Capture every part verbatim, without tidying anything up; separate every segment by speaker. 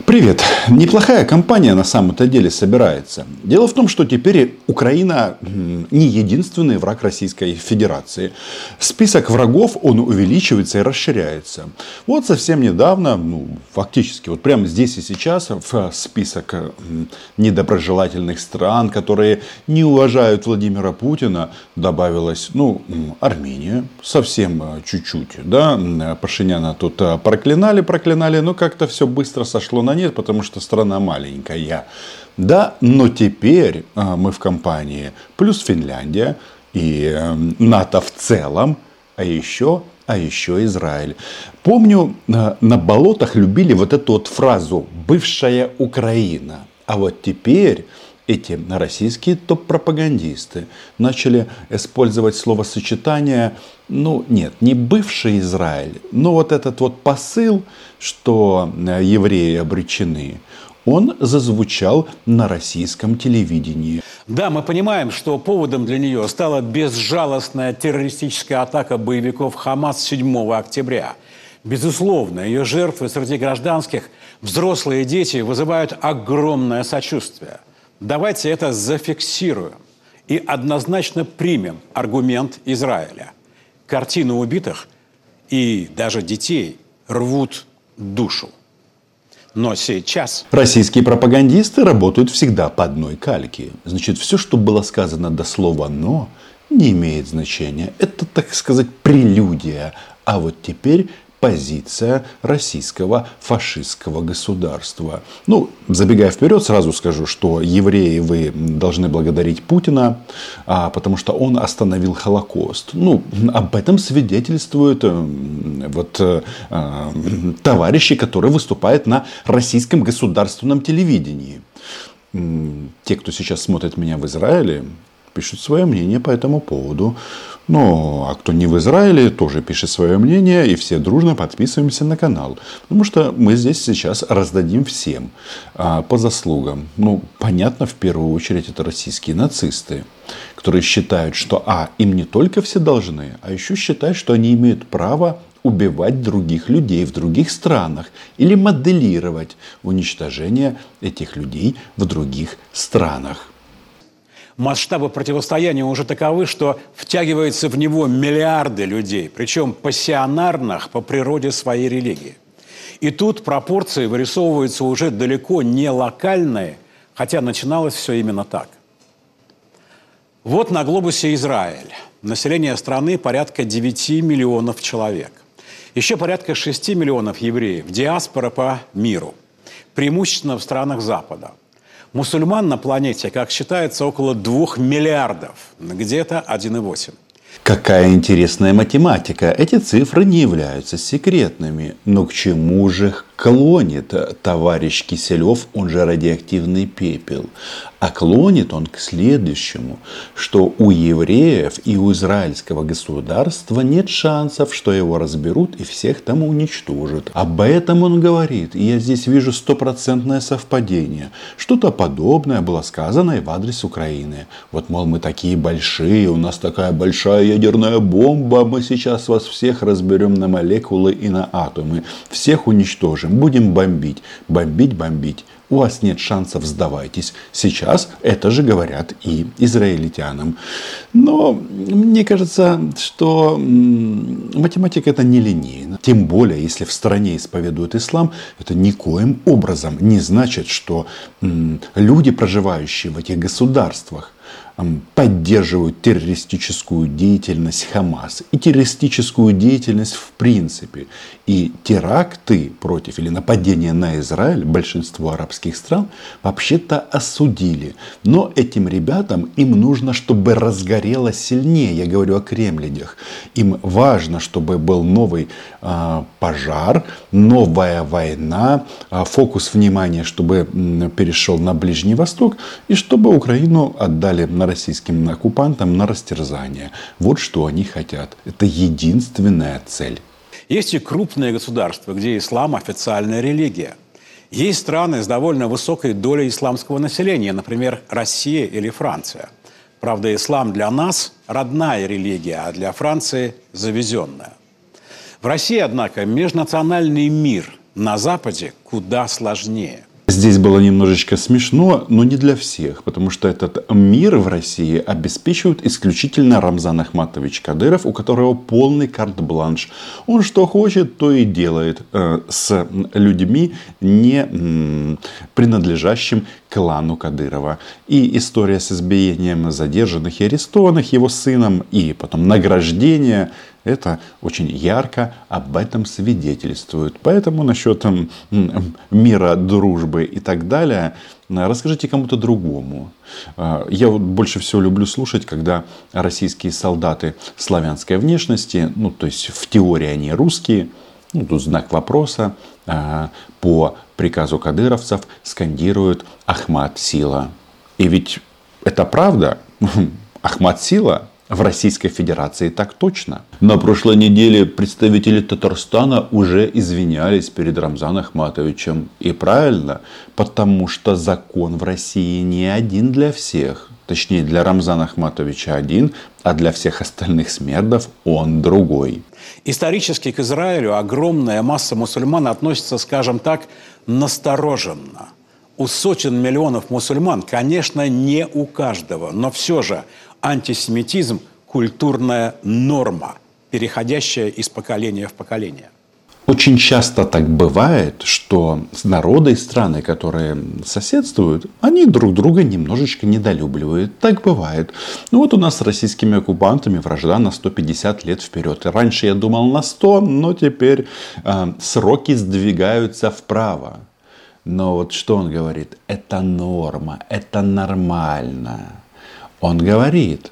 Speaker 1: Привет. Неплохая компания на самом-то деле собирается. Дело в том, что теперь Украина не единственный враг Российской Федерации. Список врагов, он увеличивается и расширяется. Вот совсем недавно, ну, фактически, вот прямо здесь и сейчас в список недоброжелательных стран, которые не уважают Владимира Путина, добавилась, ну, Армения. Совсем чуть-чуть, да. Пашиняна тут проклинали, проклинали, но как-то все быстро сошло на нет, потому что страна маленькая. Да, но теперь а, мы в компании плюс Финляндия и а, НАТО в целом, а еще, а еще Израиль. Помню, а, на болотах любили вот эту вот фразу «бывшая Украина». А вот теперь эти российские топ-пропагандисты начали использовать словосочетание, ну нет, не бывший Израиль, но вот этот вот посыл, что евреи обречены, он зазвучал на российском телевидении.
Speaker 2: Да, мы понимаем, что поводом для нее стала безжалостная террористическая атака боевиков Хамас седьмого октября. Безусловно, ее жертвы среди гражданских, взрослые дети, вызывают огромное сочувствие. Давайте это зафиксируем и однозначно примем аргумент Израиля. Картины убитых и даже детей рвут душу. Но сейчас...
Speaker 1: Российские пропагандисты работают всегда по одной кальке. Значит, все, что было сказано до слова «но», не имеет значения. Это, так сказать, прелюдия. А вот теперь позиция российского фашистского государства. Ну, забегая вперед, сразу скажу, что евреи, вы должны благодарить Путина, а, потому что он остановил Холокост. Ну, об этом свидетельствуют э, вот, э, э, товарищи, которые выступают на российском государственном телевидении. Те, кто сейчас смотрит меня в Израиле, пишут свое мнение по этому поводу. Ну, а кто не в Израиле, тоже пишет свое мнение. И все дружно подписываемся на канал. Потому что мы здесь сейчас раздадим всем а, по заслугам. Ну, понятно, в первую очередь, это российские нацисты, которые считают, что а, им не только все должны, а еще считают, что они имеют право убивать других людей в других странах или моделировать уничтожение этих людей в других странах.
Speaker 2: Масштабы противостояния уже таковы, что втягиваются в него миллиарды людей, причем пассионарных по природе своей религии. И тут пропорции вырисовываются уже далеко не локальные, хотя начиналось все именно так. Вот на глобусе Израиль. Население страны порядка девяти миллионов человек. Еще порядка шести миллионов евреев, диаспора по миру, преимущественно в странах Запада. Мусульман на планете, как считается, около двух миллиардов, где-то один и восемь.
Speaker 1: Какая интересная математика. Эти цифры не являются секретными. Но к чему же клонит товарищ Киселев, он же радиоактивный пепел? А клонит он к следующему, что у евреев и у израильского государства нет шансов, что его разберут и всех там уничтожат. Об этом он говорит. И я здесь вижу стопроцентное совпадение. Что-то подобное было сказано и в адрес Украины. Вот, мол, мы такие большие, у нас такая большая ядерная бомба, мы сейчас вас всех разберем на молекулы и на атомы. Всех уничтожим, будем бомбить, бомбить, бомбить. У вас нет шансов, сдавайтесь. Сейчас это же говорят и израильтянам. Но мне кажется, что математика это не линейно. Тем более, если в стране исповедуют ислам, это никоим образом не значит, что люди, проживающие в этих государствах, поддерживают террористическую деятельность Хамас и террористическую деятельность в принципе. И теракты против или нападения на Израиль большинство арабских стран вообще-то осудили. Но этим ребятам им нужно, чтобы разгорелось сильнее. Я говорю о кремлядях. Им важно, чтобы был новый э, пожар, новая война, э, фокус внимания, чтобы э, перешел на Ближний Восток и чтобы Украину отдали на российским оккупантам на растерзание. Вот что они хотят. Это единственная цель.
Speaker 2: Есть и крупные государства, где ислам – официальная религия. Есть страны с довольно высокой долей исламского населения, например, Россия или Франция. Правда, ислам для нас – родная религия, а для Франции – завезенная. В России, однако, межнациональный мир На Западе куда сложнее.
Speaker 1: Здесь было немножечко смешно, но не для всех, потому что этот мир в России обеспечивает исключительно Рамзан Ахматович Кадыров, у которого полный карт-бланш. Он что хочет, то и делает э, с людьми, не м, принадлежащим клану Кадырова. И история с избиением задержанных и арестованных его сыном, и потом награждение, это очень ярко об этом свидетельствует. Поэтому насчет м, мира, дружбы и так далее расскажите кому-то другому. Я вот больше всего люблю слушать, когда российские солдаты славянской внешности, ну то есть в теории они русские, ну тут знак вопроса, по приказу кадыровцев скандируют «Ахмат сила». И ведь это правда. Ахмат сила. В Российской Федерации так точно. На прошлой неделе представители Татарстана уже извинялись перед Рамзаном Ахматовичем. И правильно, потому что закон в России не один для всех. Точнее, для Рамзана Ахматовича один, а для всех остальных смердов он другой.
Speaker 2: Исторически к Израилю огромная масса мусульман относится, скажем так, настороженно. У сотен миллионов мусульман, конечно, не у каждого, но все же антисемитизм – культурная норма, переходящая из поколения в поколение.
Speaker 1: Очень часто так бывает, что народы и страны, которые соседствуют, они друг друга немножечко недолюбливают. Так бывает. Ну вот у нас с российскими оккупантами вражда на сто пятьдесят лет вперед. И раньше я думал на сто, но теперь э, сроки сдвигаются вправо. Но вот что он говорит? Это норма, это нормально. Он говорит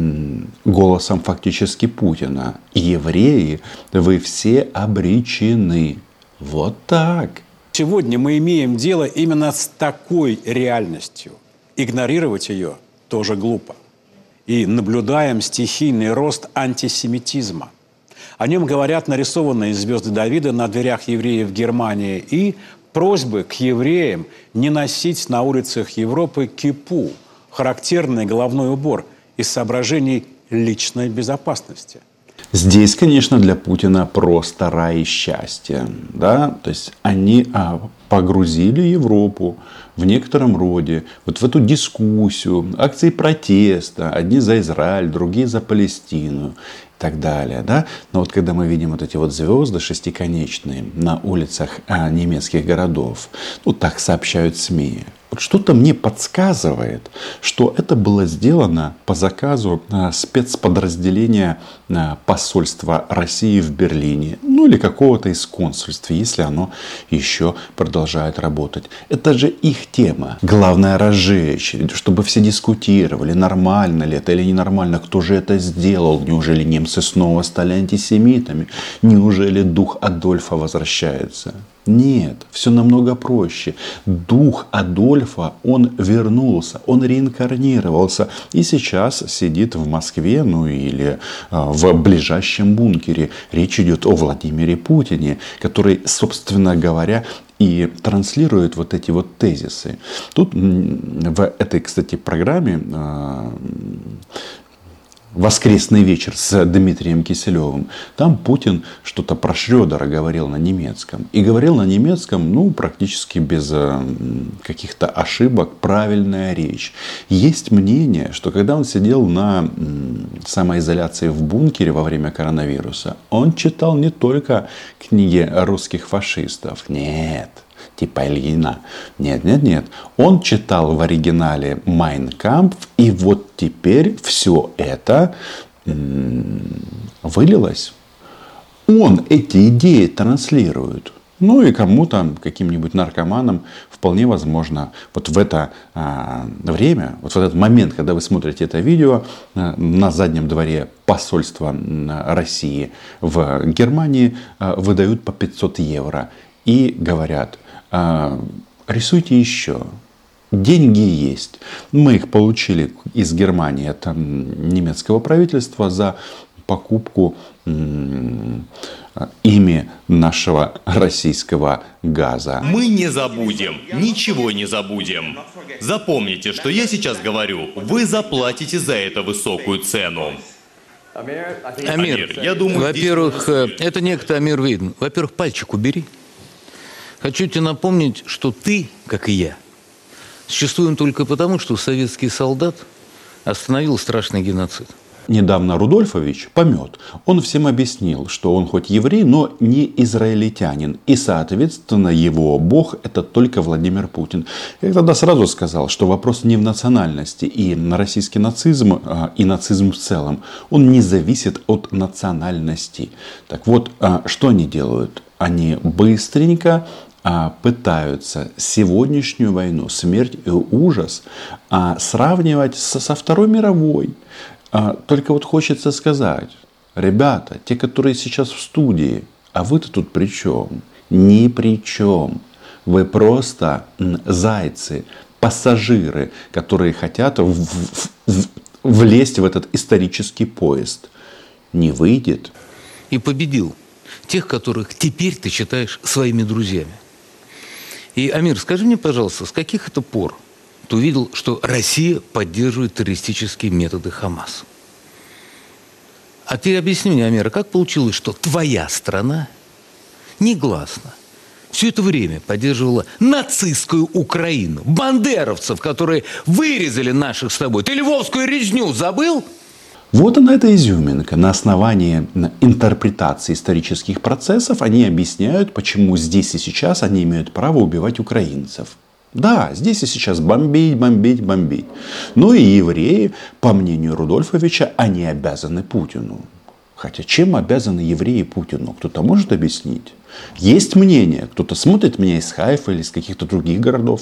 Speaker 1: голосом фактически Путина: евреи, вы все обречены. Вот так.
Speaker 2: Сегодня мы имеем дело именно с такой реальностью. Игнорировать ее тоже глупо. И наблюдаем стихийный рост антисемитизма. О нем говорят нарисованные звезды Давида на дверях евреев Германии и просьбы к евреям не носить на улицах Европы кипу, характерный головной убор, из соображений личной безопасности.
Speaker 1: Здесь, конечно, для Путина просто рай счастья. Да? То есть они а, погрузили Европу в некотором роде вот в эту дискуссию, акции протеста. Одни за Израиль, другие за Палестину и так далее. Да? Но вот когда мы видим вот эти вот звезды шестиконечные на улицах а, немецких городов, ну так сообщают СМИ. Вот что-то мне подсказывает, что это было сделано по заказу спецподразделения посольства России в Берлине. Ну или какого-то из консульств, если оно еще продолжает работать. Это же их тема. Главное разжечь, чтобы все дискутировали, нормально ли это или ненормально. Кто же это сделал? Неужели немцы снова стали антисемитами? Неужели дух Адольфа возвращается? Нет, все намного проще. Дух Адольфа, он вернулся, он реинкарнировался. И сейчас сидит в Москве, ну или в ближайшем бункере. Речь идет о Владимире Путине, который, собственно говоря, и транслирует вот эти вот тезисы. Тут в этой, кстати, программе «Воскресный вечер» с Дмитрием Киселевым. Там Путин что-то про Шрёдера говорил на немецком. И говорил на немецком, ну, практически без каких-то ошибок, правильная речь. Есть мнение, что когда он сидел на самоизоляции в бункере во время коронавируса, он читал не только книги русских фашистов. Нет. Типа Ильина. Нет, нет, нет. Он читал в оригинале «Майн кампф», и вот теперь все это м-м, вылилось. Он эти идеи транслирует. Ну и кому-то, каким-нибудь наркоманам, вполне возможно, вот в это а, время, вот в этот момент, когда вы смотрите это видео, а, на заднем дворе посольства России в Германии а, выдают по пятьсот евро и говорят: рисуйте еще. Деньги есть. Мы их получили из Германии, это немецкого правительства, за покупку ими нашего российского газа.
Speaker 3: Мы не забудем, ничего не забудем. Запомните, что я сейчас говорю, вы заплатите за это высокую цену.
Speaker 4: Амир,
Speaker 3: я думаю,
Speaker 4: во-первых, здесь... это некто Амир Вейден. Во-первых, пальчик убери. Хочу тебе напомнить, что ты, как и я, существуем только потому, что советский солдат остановил страшный геноцид.
Speaker 1: Недавно Рудольфович помет. Он всем объяснил, что он хоть еврей, но не израильтянин. И, соответственно, его бог – это только Владимир Путин. Я тогда сразу сказал, что вопрос не в национальности. И российский нацизм, и нацизм в целом, он не зависит от национальности. Так вот, что они делают? Они быстренько пытаются сегодняшнюю войну, смерть и ужас сравнивать со Второй мировой. Только вот хочется сказать, ребята, те, которые сейчас в студии, а вы-то тут при чем? Ни при чем. Вы просто зайцы, пассажиры, которые хотят в, в, в, влезть в этот исторический поезд. Не выйдет.
Speaker 4: И победил тех, которых теперь ты считаешь своими друзьями. И, Амир, скажи мне, пожалуйста, с каких это пор ты увидел, что Россия поддерживает террористические методы Хамас? А ты объясни мне, Амир, как получилось, что твоя страна негласно все это время поддерживала нацистскую Украину, бандеровцев, которые вырезали наших с тобой? Ты львовскую резню забыл?
Speaker 1: Вот она, эта изюминка. На основании интерпретации исторических процессов они объясняют, почему здесь и сейчас они имеют право убивать украинцев. Да, здесь и сейчас бомбить, бомбить, бомбить. Но и евреи, по мнению Рудольфовича, они обязаны Путину. Хотя чем обязаны евреи Путину? Кто-то может объяснить? Есть мнение, кто-то смотрит меня из Хайфа или из каких-то других городов.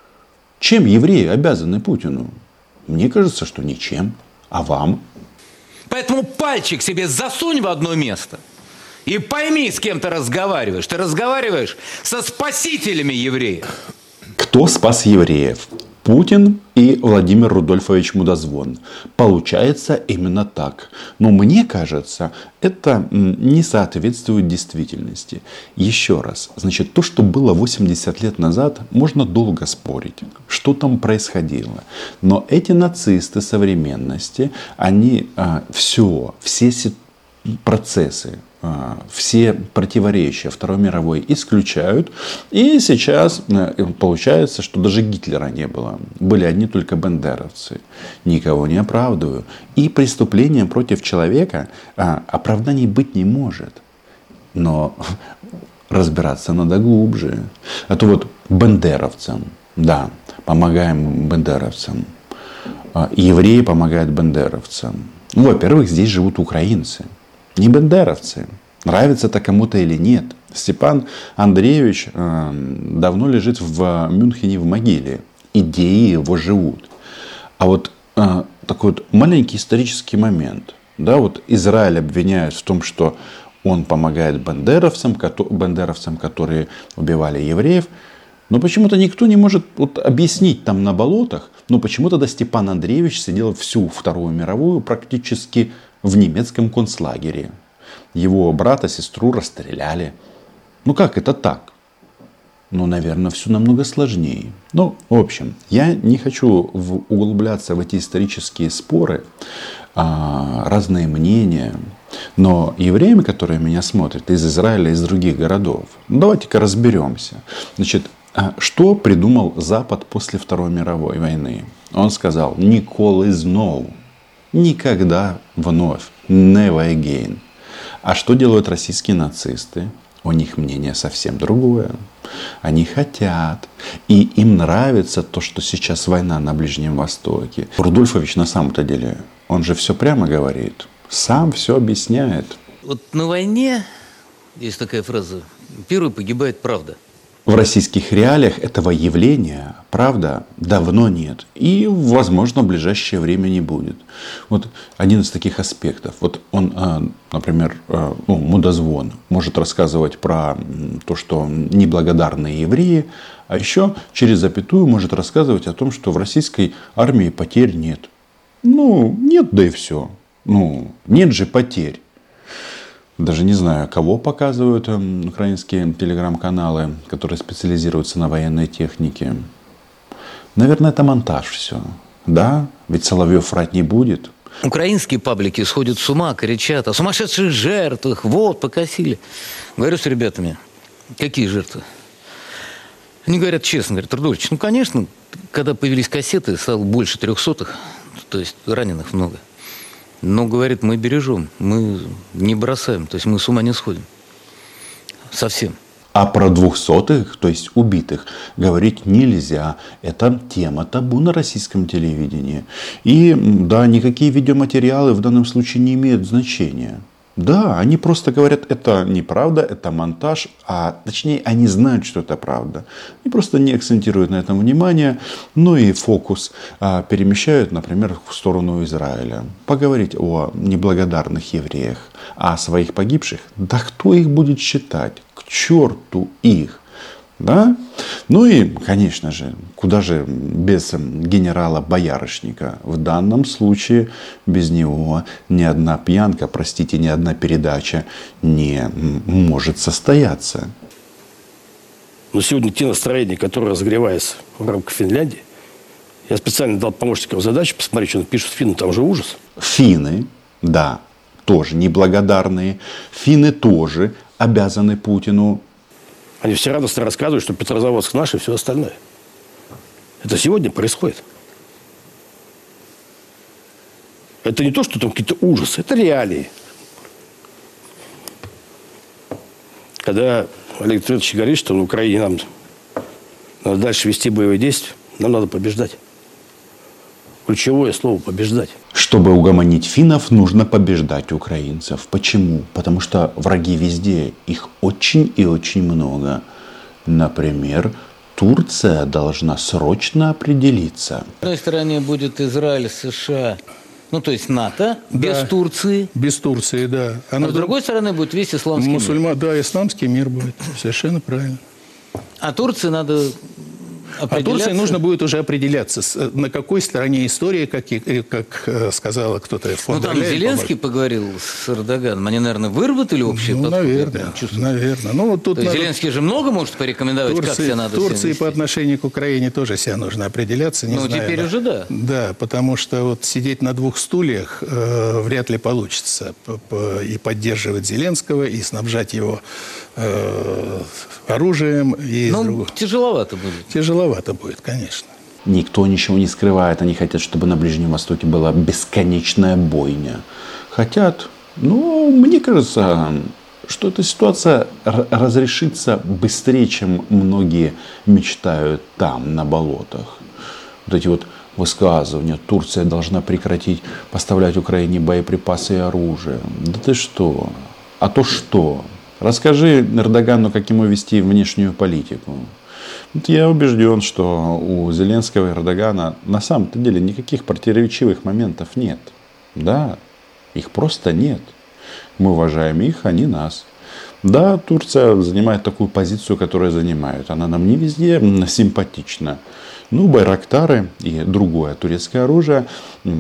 Speaker 1: Чем евреи обязаны Путину? Мне кажется, что ничем. А вам?
Speaker 4: Поэтому пальчик себе засунь в одно место и пойми, с кем ты разговариваешь. Ты разговариваешь со спасителями евреев.
Speaker 1: Кто спас евреев? Путин и Владимир Рудольфович Мудозвон. Получается именно так. Но мне кажется, это не соответствует действительности. Еще раз. Значит, то, что было восемьдесят лет назад, можно долго спорить, что там происходило. Но эти нацисты современности, они а, все, все процессы, все противоречия Второй мировой исключают. И сейчас получается, что даже Гитлера не было. Были одни только бандеровцы. Никого не оправдываю. И преступление против человека оправданий быть не может. Но разбираться надо глубже. А то вот бандеровцам, да, помогаем бандеровцам. Евреи помогают бандеровцам. Ну, во-первых, здесь живут украинцы. Не бандеровцы. Нравится это кому-то или нет. Степан Андреевич э, давно лежит в Мюнхене в могиле. Идеи его живут. А вот э, такой вот маленький исторический момент. Да, вот Израиль обвиняют в том, что он помогает бандеровцам, ко- бандеровцам, которые убивали евреев. Но почему-то никто не может вот объяснить там на болотах. Но почему тогда Степан Андреевич сидел всю Вторую мировую практически в немецком концлагере. Его брата, сестру расстреляли. Ну как это так? Ну, наверное, все намного сложнее. Ну, в общем, я не хочу в, углубляться в эти исторические споры, а, разные мнения. Но евреям, которые меня смотрят из Израиля, из других городов, ну, давайте-ка разберемся. Значит, что придумал Запад после Второй мировой войны? Он сказал: «Николы знову». Никогда вновь. Never again. А что делают российские нацисты? У них мнение совсем другое. Они хотят. И им нравится то, что сейчас война на Ближнем Востоке. Рудольфович на самом-то деле, он же все прямо говорит. Сам все объясняет.
Speaker 4: Вот на войне есть такая фраза: первый погибает правда.
Speaker 1: В российских реалиях этого явления, правда, давно нет. И, возможно, в ближайшее время не будет. Вот один из таких аспектов. Вот он, например, ну, Мудозвон может рассказывать про то, что неблагодарные евреи, а еще через запятую может рассказывать о том, что в российской армии потерь нет. Ну, нет, да и все. Ну, нет же потерь. Даже не знаю, кого показывают украинские телеграм-каналы, которые специализируются на военной технике. Наверное, это монтаж все. Да? Ведь Соловьев врать не будет.
Speaker 4: Украинские паблики сходят с ума, кричат о сумасшедших жертвах. Вот, покосили. Говорю с ребятами: какие жертвы? Они говорят честно, говорят, Рудольевич, ну, конечно, когда появились кассеты, стало больше трехсотых, то есть раненых много. Но, говорит, мы бережем, мы не бросаем, то есть мы с ума не сходим. Совсем.
Speaker 1: А про двухсотых, то есть убитых, говорить нельзя. Это тема табу на российском телевидении. И да, никакие видеоматериалы в данном случае не имеют значения. Да, они просто говорят, это неправда, это монтаж, а точнее они знают, что это правда. Они просто не акцентируют на этом внимание, ну и фокус а, перемещают, например, в сторону Израиля. Поговорить о неблагодарных евреях, а о своих погибших, да кто их будет считать? К черту их! Да? Ну и, конечно же, куда же без генерала Боярышника? В данном случае без него ни одна пьянка, простите, ни одна передача не может состояться.
Speaker 5: Но сегодня те настроения, которые разогреваются в рамках Финляндии, я специально дал помощникам задачу посмотреть, что пишут финны, там же ужас.
Speaker 1: Финны, да, тоже неблагодарные. Финны тоже обязаны Путину.
Speaker 5: Они все радостно рассказывают, что Петрозаводск наш и все остальное. Это сегодня происходит. Это не то, что там какие-то ужасы, это реалии. Когда Олег Твердович говорит, что на Украине нам надо дальше вести боевые действия, нам надо побеждать. Ключевое слово «побеждать».
Speaker 1: Чтобы угомонить финнов, нужно побеждать украинцев. Почему? Потому что враги везде. Их очень и очень много. Например, Турция должна срочно определиться.
Speaker 4: С одной стороны будет Израиль, США, ну то есть НАТО, без
Speaker 6: Да.
Speaker 4: Турции.
Speaker 6: Без Турции, да.
Speaker 4: А с другой стороны будет весь исламский мир.
Speaker 6: Мусульма... Да, исламский мир будет. Совершенно правильно.
Speaker 4: А Турции надо
Speaker 6: А
Speaker 4: определяться.
Speaker 6: Турции нужно будет уже определяться, с- на какой стороне истории, как, и- и- как э, сказала кто-то. фон
Speaker 4: Ну
Speaker 6: дер
Speaker 4: там
Speaker 6: Ляйен,
Speaker 4: Зеленский
Speaker 6: по-моему.
Speaker 4: поговорил с Эрдоганом. Они, наверное, выработали общий
Speaker 6: Ну,
Speaker 4: подход. Я
Speaker 6: наверное,
Speaker 4: прям чувствую.
Speaker 6: наверное. Ну, вот тут
Speaker 4: То есть
Speaker 6: надо-
Speaker 4: Зеленский же много может порекомендовать, как
Speaker 6: Турции,
Speaker 4: себя надо
Speaker 6: Турции
Speaker 4: себя
Speaker 6: по
Speaker 4: вести?
Speaker 6: отношению к Украине тоже себя нужно определяться. Не
Speaker 4: Ну,
Speaker 6: знаю,
Speaker 4: теперь
Speaker 6: да.
Speaker 4: уже да.
Speaker 6: Да, потому что вот сидеть на двух стульях э, вряд ли получится. П- п- И поддерживать Зеленского, и снабжать его э, оружием. И с
Speaker 4: Ну,
Speaker 6: другой-
Speaker 4: тяжеловато будет.
Speaker 6: Тяжеловато будет, конечно.
Speaker 1: Никто ничего не скрывает. Они хотят, чтобы на Ближнем Востоке была бесконечная бойня. Хотят. Но мне кажется, что эта ситуация р- разрешится быстрее, чем многие мечтают там, на болотах. Вот эти вот высказывания. Турция должна прекратить поставлять Украине боеприпасы и оружие. Да ты что? А то что? Расскажи Эрдогану, как ему вести внешнюю политику. Вот я убежден, что у Зеленского и Эрдогана на самом-то деле никаких противоречивых моментов нет. Да, их просто нет. Мы уважаем их, они нас. Да, Турция занимает такую позицию, которую занимает. Она нам не везде симпатична. Ну, байрактары и другое турецкое оружие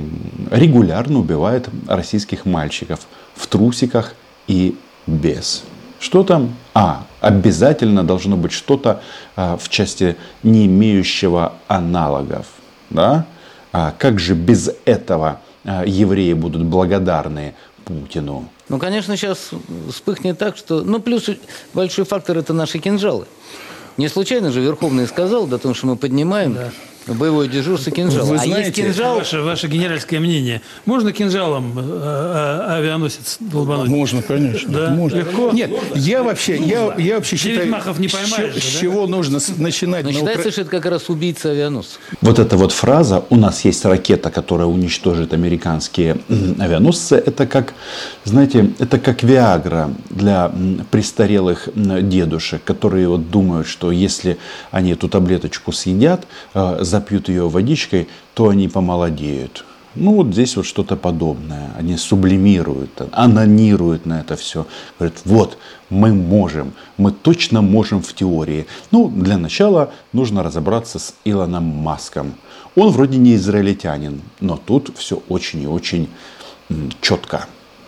Speaker 1: регулярно убивает российских мальчиков в трусиках и без. Что там? А, обязательно должно быть что-то а, в части не имеющего аналогов. Да? А как же без этого а, евреи будут благодарны Путину?
Speaker 4: Ну, конечно, сейчас вспыхнет так, что... Ну, плюс большой фактор – это наши кинжалы. Не случайно же Верховный сказал, да, о том, что мы поднимаем боевое дежурство кинжала.
Speaker 6: Вы
Speaker 4: а есть
Speaker 6: знаете,
Speaker 4: кинжал...
Speaker 7: Ваше, ваше генеральское мнение. Можно кинжалом э, э, авианосец долбануть?
Speaker 6: Можно, конечно.
Speaker 7: Да?
Speaker 6: Можно.
Speaker 7: Легко?
Speaker 6: Нет, я вообще, я, я вообще
Speaker 7: Девять
Speaker 6: считаю,
Speaker 7: махов не
Speaker 6: с
Speaker 7: поймаешь
Speaker 6: чё-
Speaker 7: же,
Speaker 6: с
Speaker 7: да?
Speaker 6: чего нужно с- начинать
Speaker 4: Но
Speaker 6: на
Speaker 4: считается,
Speaker 6: Укра-
Speaker 4: что это как раз убийца авианосцев.
Speaker 1: Вот эта вот фраза «у нас есть ракета, которая уничтожит американские м, авианосцы», это как, знаете, это как Виагра для м, престарелых м, дедушек, которые вот думают, что если они эту таблеточку съедят, э, запьют ее водичкой, то они помолодеют. Ну, вот здесь вот что-то подобное. Они сублимируют, анонируют на это все. Говорят, вот, мы можем, мы точно можем в теории. Ну, для начала нужно разобраться с Илоном Маском. Он вроде не израильтянин, но тут все очень и очень м, четко.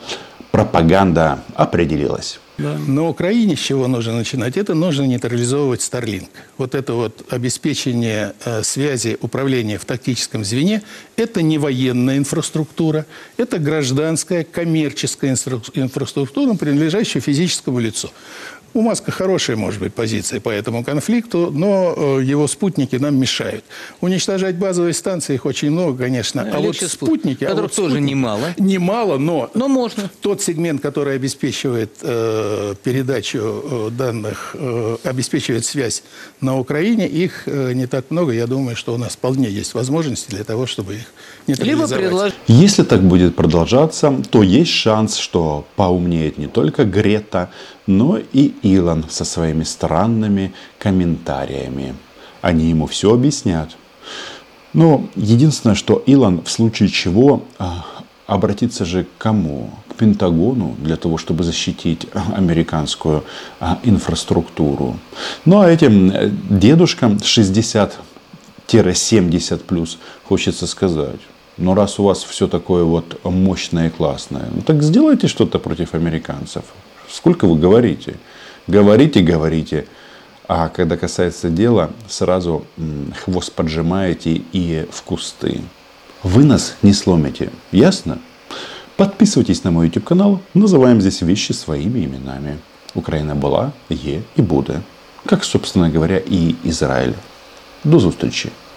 Speaker 1: Пропаганда определилась.
Speaker 6: На Украине с чего нужно начинать? Это нужно нейтрализовывать Starlink. Вот это вот обеспечение э, связи управления в тактическом звене, это не военная инфраструктура, это гражданская коммерческая инстру- инфраструктура, принадлежащая физическому лицу. У Маска хорошая, может быть, позиция по этому конфликту, но его спутники нам мешают. Уничтожать базовые станции, их очень много, конечно. А, а вот спутники...
Speaker 4: Которых
Speaker 6: а вот
Speaker 4: тоже
Speaker 6: спутники,
Speaker 4: немало.
Speaker 6: Немало, но...
Speaker 4: Но можно.
Speaker 6: Тот сегмент, который обеспечивает э, передачу э, данных, э, обеспечивает связь на Украине, их э, не так много. Я думаю, что у нас вполне есть возможности для того, чтобы их нейтрализовать.
Speaker 4: Либо предложить...
Speaker 1: Если так будет продолжаться, то есть шанс, что поумнеет не только Грета, но и Илон со своими странными комментариями. Они ему все объяснят. Но единственное, что Илон в случае чего обратится же к кому? К Пентагону для того, чтобы защитить американскую инфраструктуру. Ну а этим дедушкам шестьдесят-семьдесят плюс хочется сказать: но раз у вас все такое вот мощное и классное, ну так сделайте что-то против американцев. Сколько вы говорите? Говорите, говорите. А когда касается дела, сразу хвост поджимаете и в кусты. Вы нас не сломите. Ясно? Подписывайтесь на мой YouTube канал. Называем здесь вещи своими именами. Украина была, є и буде. Как, собственно говоря, и Израиль. До зустрічі.